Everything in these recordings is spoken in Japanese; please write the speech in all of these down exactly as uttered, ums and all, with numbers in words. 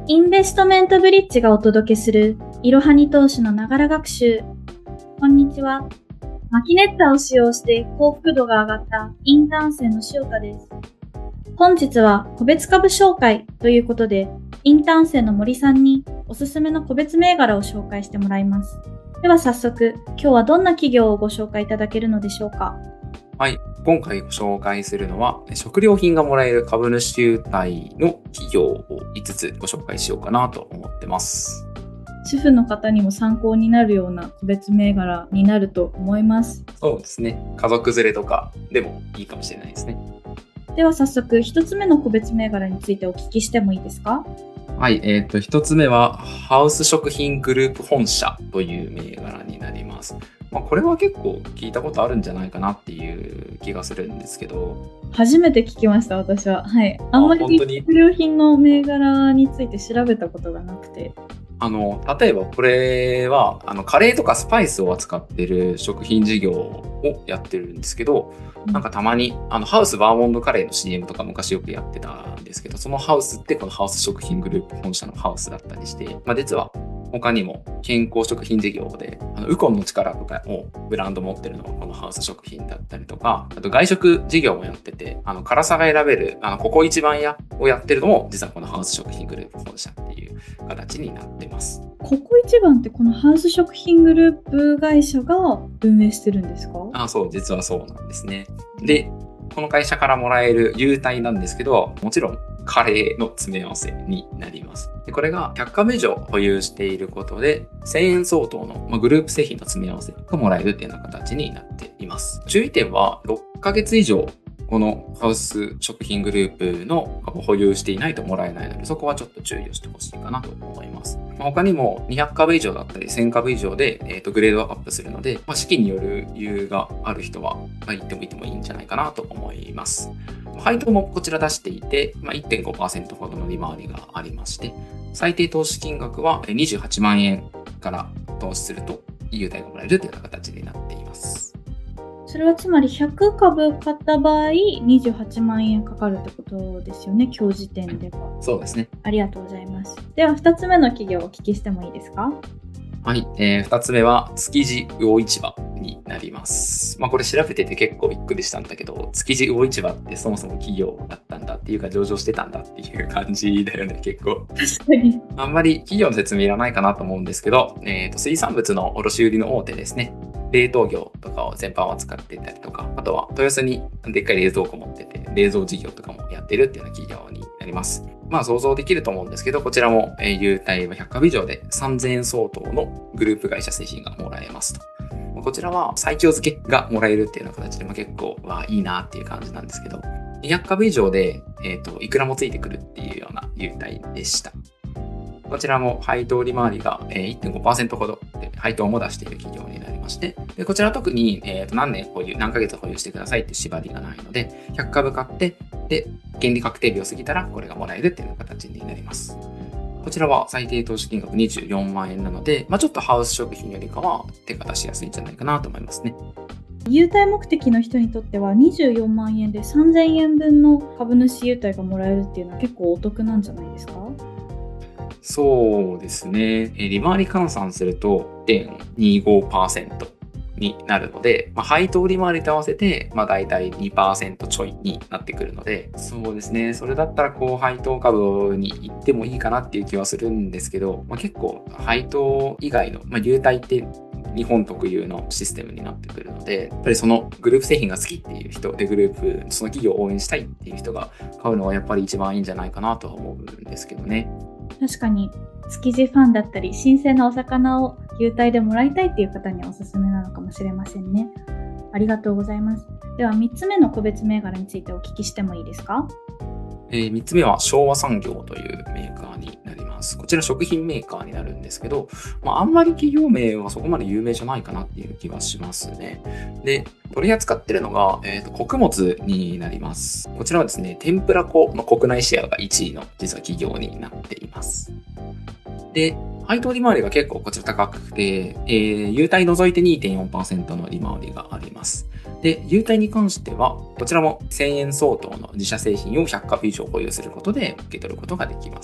インベストメントブリッジがお届けするいろはに投資のながら学習。こんにちは。マキネッタを使用して幸福度が上がったインターン生の塩田です。本日は個別株紹介ということで、インターン生の森さんにおすすめの個別銘柄を紹介してもらいます。では早速、今日はどんな企業をご紹介いただけるのでしょうか。 はい。今回ご紹介するのは、食料品がもらえる株主優待の企業をいつつご紹介しようかなと思ってます。 主婦の方にも参考になるような個別銘柄になると思います。 そうですね。家族連れとかでもいいかもしれないですね。 では早速、一つ目の個別銘柄についてお聞きしてもいいですか？ はい。えっと、一つ目は、ハウス食品グループ本社という銘柄になります。まあ、これは結構聞いたことあるんじゃないかなっていう気がするんですけど。 初めて聞きました、私は。はい。あんまり食料品の銘柄について調べたことがなくて。 あの、例えばこれは、あの、カレーとかスパイスを扱ってる食品事業をやってるんですけど、なんかたまに、あの、ハウスバーモンドカレーの シーエム とか昔よくやってたんですけど、そのハウスってこのハウス食品グループ本社のハウスだったりして、まあ実は他にも健康食品事業で、あの、ウコンの力とかをブランド持ってるのがこのハウス食品だったりとか、あと外食事業もやってて、あの、辛さが選べる、あの、ここ一番屋をやってるのも、実はこのハウス食品グループ本社っていう形になってます。 ここ一番ってこのハウス食品グループ会社が運営してるんですか？ あ、そう、実はそうなんですね。で、この会社からもらえる優待なんですけど、もちろんカレーの詰め合わせになります。で、これがひゃっかぶ以上保有していることで、せんえん相当のグループ製品の詰め合わせがもらえるっていうような形になっています。注意点はろっかげつ以上このハウス食品グループの株を保有していないともらえないので、そこはちょっと注意をしてほしいかなと思います。他にもにひゃっかぶ以上だったりせんかぶ以上で、えー、とグレードがアップするので、まあ、資金による理由がある人は、まあ、言ってもいてもいいんじゃないかなと思います。配当もこちら出していて、まあ、いってんごパーセント ほどの利回りがありまして、最低投資金額はにじゅうはちまんえんから投資すると優待がもらえるというような形になっています。 それはつまりひゃくかぶ買った場合にじゅうはちまんえんかかるってことですよね、今日時点では。 そうですね。 ありがとうございます。ではふたつめの企業をお聞きしてもいいですか？ はい、えー、ふたつめは築地魚市場になります。まあこれ調べてて結構びっくりしたんだけど、築地魚市場ってそもそも企業だったんだっていうか上場してたんだっていう感じだよね、結構。 確かに。あんまり企業の説明いらないかなと思うんですけど、えーと、水産物の卸売の大手ですね。冷凍業とかを全般扱っていたりとか、あとは豊洲にでっかい冷蔵庫持ってて、冷蔵事業とかもやってるっていうような企業になります。まあ想像できると思うんですけど、こちらも優待はひゃっかぶ以上でさんぜんえん相当のグループ会社製品がもらえますと。こちらは最強付けがもらえるっていうような形で、まあ、結構はいいなっていう感じなんですけど、にひゃっかぶ以上で、えっと、いくらもついてくるっていうような優待でした。こちらも配当利回りが いってんごパーセント ほどで配当も出している企業になりまして、でこちらは特に、えー、と何年保有、何ヶ月保有してくださいって縛りがないので、ひゃっかぶ買って、で、権利確定日を過ぎたらこれがもらえるっていう形になります。こちらは最低投資金額にじゅうよんまんえんなので、まあ、ちょっとハウス食品よりかは手が出しやすいんじゃないかなと思いますね。 優待目的の人にとってはにじゅうよんまんえんでさんぜんえんぶんの株主優待がもらえるっていうのは結構お得なんじゃないですか？ そうですね。利回り換算すると いってんにごパーセント になるので、まあ、配当利回りと合わせて、まあ、大体 にパーセント ちょいになってくるので、そうですね。それだったらこう配当株に行ってもいいかなっていう気はするんですけど、まあ、結構配当以外の、まあ、優待って日本特有のシステムになってくるので、やっぱりそのグループ製品が好きっていう人で、グループ、その企業を応援したいっていう人が買うのはやっぱり一番いいんじゃないかなとは思うんですけどね。 確かに築地ファンだったり新鮮なお魚を優待でもらいたいっていう方にはおすすめなのかもしれませんね。ありがとうございます。ではみっつめの個別銘柄についてお聞きしてもいいですか？ えー、みっつめは昭和産業というメーカーになります。こちら食品メーカーになるんですけど、まあ、あんまり企業名はそこまで有名じゃないかなっていう気はしますね。で、取り扱ってるのが、えーと、穀物になります。こちらはですね、天ぷら粉の国内シェアがいちいの実は企業になっています。で、配当利回りが結構こちら高くて、えー、優待除いて にてんよんパーセント の利回りがあります。で、優待に関しては、こちらもせんえん相当の自社製品をひゃっかぶ以上保有することで受け取ることができます。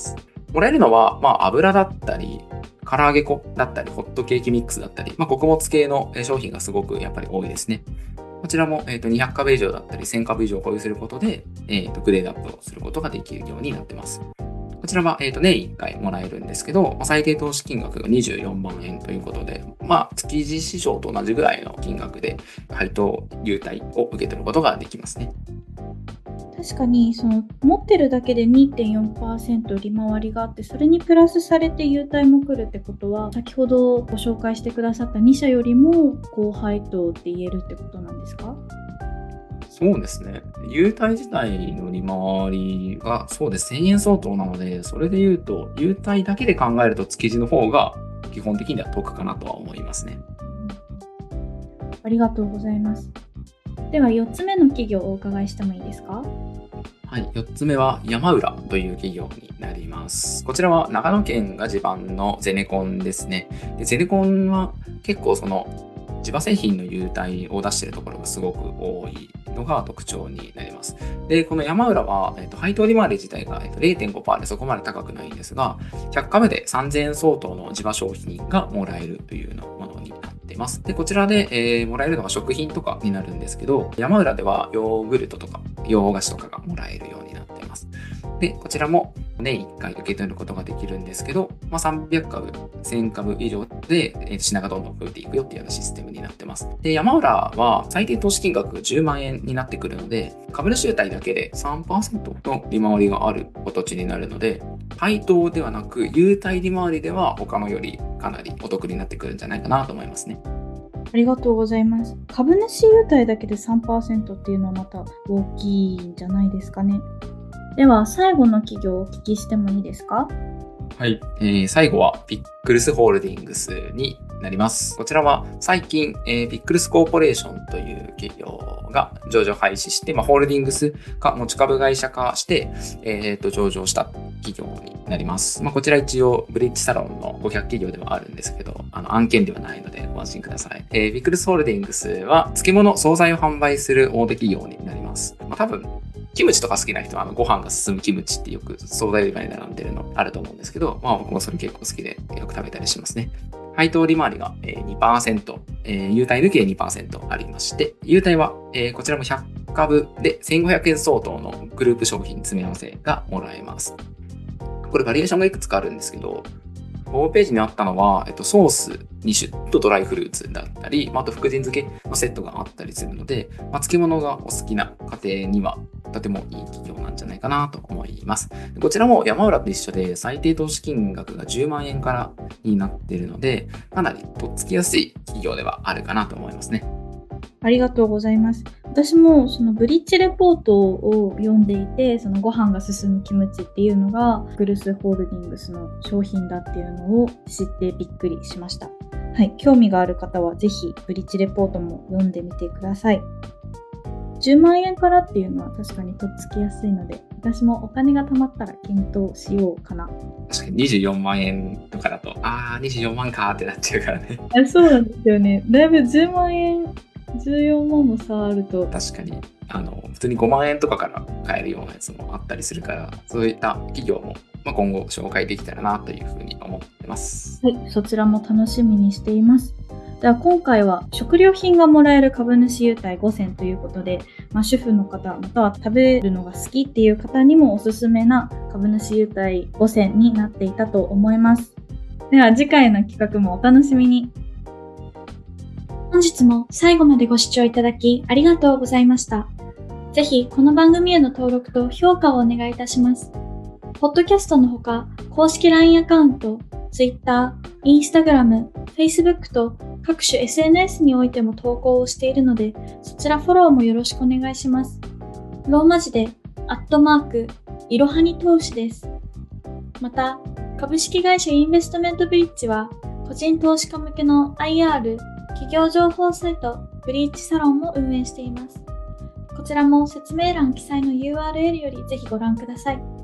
もらえるのは、まあ、油だったり、唐揚げ粉だったり、ホットケーキミックスだったり、まあ、穀物系の商品がすごくやっぱり多いですね。こちらも、えーと、にひゃくかぶ以上だったり、せんかぶ以上保有することで、えーと、グレードアップをすることができるようになっています。こちらは、えーと、年いっかいもらえるんですけど、最低投資金額がにじゅうよんまんえんということで、まあ、月次市場と同じぐらいの金額で、配当優待を受け取ることができますね。 確かにその持ってるだけで にてんよんパーセント 利回りがあって、それにプラスされて優待も来るってことは、先ほどご紹介してくださったに社よりも高配当って言えるってことなんですか？ そうですね。優待自体の利回りがそうです。せんえん相当なので、それで言うと、優待だけで考えると築地の方が基本的には得かなとは思いますね。 ありがとうございます。ではよっつめの企業をお伺いしてもいいですか？ はい、よっつめは山浦という企業になります。こちらは長野県が地盤のゼネコンですね。でゼネコンは結構その地場製品の優待を出しているところがすごく多いのが特徴になります。で、この山浦は、えっと、配当利回り自体が、えっと、れいてんごパーセント でそこまで高くないんですが、ひゃっかぶでさんぜんえん相当の地場商品がもらえるというようなものになっています。で、こちらで、えー、もらえるのが食品とかになるんですけど、山浦ではヨーグルトとか洋菓子とかがもらえるようになっています。で、こちらも年いっかい受け取ることができるんですけど、まあ、さんびゃくかぶ、せんかぶ以上で品がどんどん増えていくよっていうようなシステムになってます。で、山浦は最低投資金額がじゅうまんえんになってくるので、株主優待だけで さんパーセント の利回りがある形になるので、配当ではなく優待利回りでは他のよりかなりお得になってくるんじゃないかなと思いますね。 ありがとうございます。株主優待だけで さんパーセント っていうのはまた大きいんじゃないですかね。では最後の企業をお聞きしてもいいですか？ はい、えー、最後はピックルスホールディングスになります。こちらは最近、えー、ピックルスコーポレーションという企業が上場廃止して、まあ、ホールディングスが持ち株会社化して、えー、と上場した企業になります。まあ、こちら一応ブリッジサロンの顧客企業ではあるんですけど、あの案件ではないのでご安心ください。えー、ピックルスホールディングスは漬物、惣菜を販売する大手企業になります。まあ、多分キムチとか好きな人はあのご飯が進むキムチってよく惣菜売り場に並んでるのあると思うんですけど、まあ僕もそれ結構好きでよく食べたりしますね。配当利回りが にパーセント、えー、優待抜きで にパーセント ありまして、優待は、えー、こちらもひゃっかぶでせんごひゃくえん相当のグループ商品詰め合わせがもらえます。これバリエーションがいくつかあるんですけど、ホームページにあったのは、えっと、ソースに種とドライフルーツだったり、あと福神漬けのセットがあったりするので、まあ、漬物がお好きな家庭にはとてもいい企業なんじゃないかなと思います。こちらも山浦と一緒で最低投資金額がじゅうまんえんからになっているので、かなりとっつきやすい企業ではあるかなと思いますね。 ありがとうございます。私もそのブリッジレポートを読んでいて、そのご飯が進むキムチっていうのがグルスホールディングスの商品だっていうのを知ってびっくりしました。はい、興味がある方はぜひブリッジレポートも読んでみてください。じゅうまんえんからっていうのは確かにとっつきやすいので、私もお金が貯まったら検討しようかな。 確かににじゅうよんまんえんとかだと、あーにじゅうよんまんかーってなっちゃうからね。 あ、そうなんですよね。だいぶじゅうまんえん、じゅうよんまんも差あると。 確かにあの普通にごまんえんとかから買えるようなやつもあったりするから、そういった企業も、まあ、今後紹介できたらなというふうに思ってます。 はい、そちらも楽しみにしています。では今回は食料品がもらえる株主優待ごせんということで、まあ、主婦の方または食べるのが好きっていう方にもおすすめな株主優待ごせんになっていたと思います。では次回の企画もお楽しみに。本日も最後までご視聴いただきありがとうございました。ぜひこの番組への登録と評価をお願いいたします。ポッドキャストのほか公式 ライン アカウント、Twitter、Instagram、Facebook と各種 エスエヌエス においても投稿をしているので、そちらフォローもよろしくお願いします。ローマ字で、アットマーク、いろはに投資です。また、株式会社インベストメントブリッジは、個人投資家向けの アイアール、企業情報サイト、ブリッジサロンも運営しています。こちらも説明欄記載の ユーアールエル よりぜひご覧ください。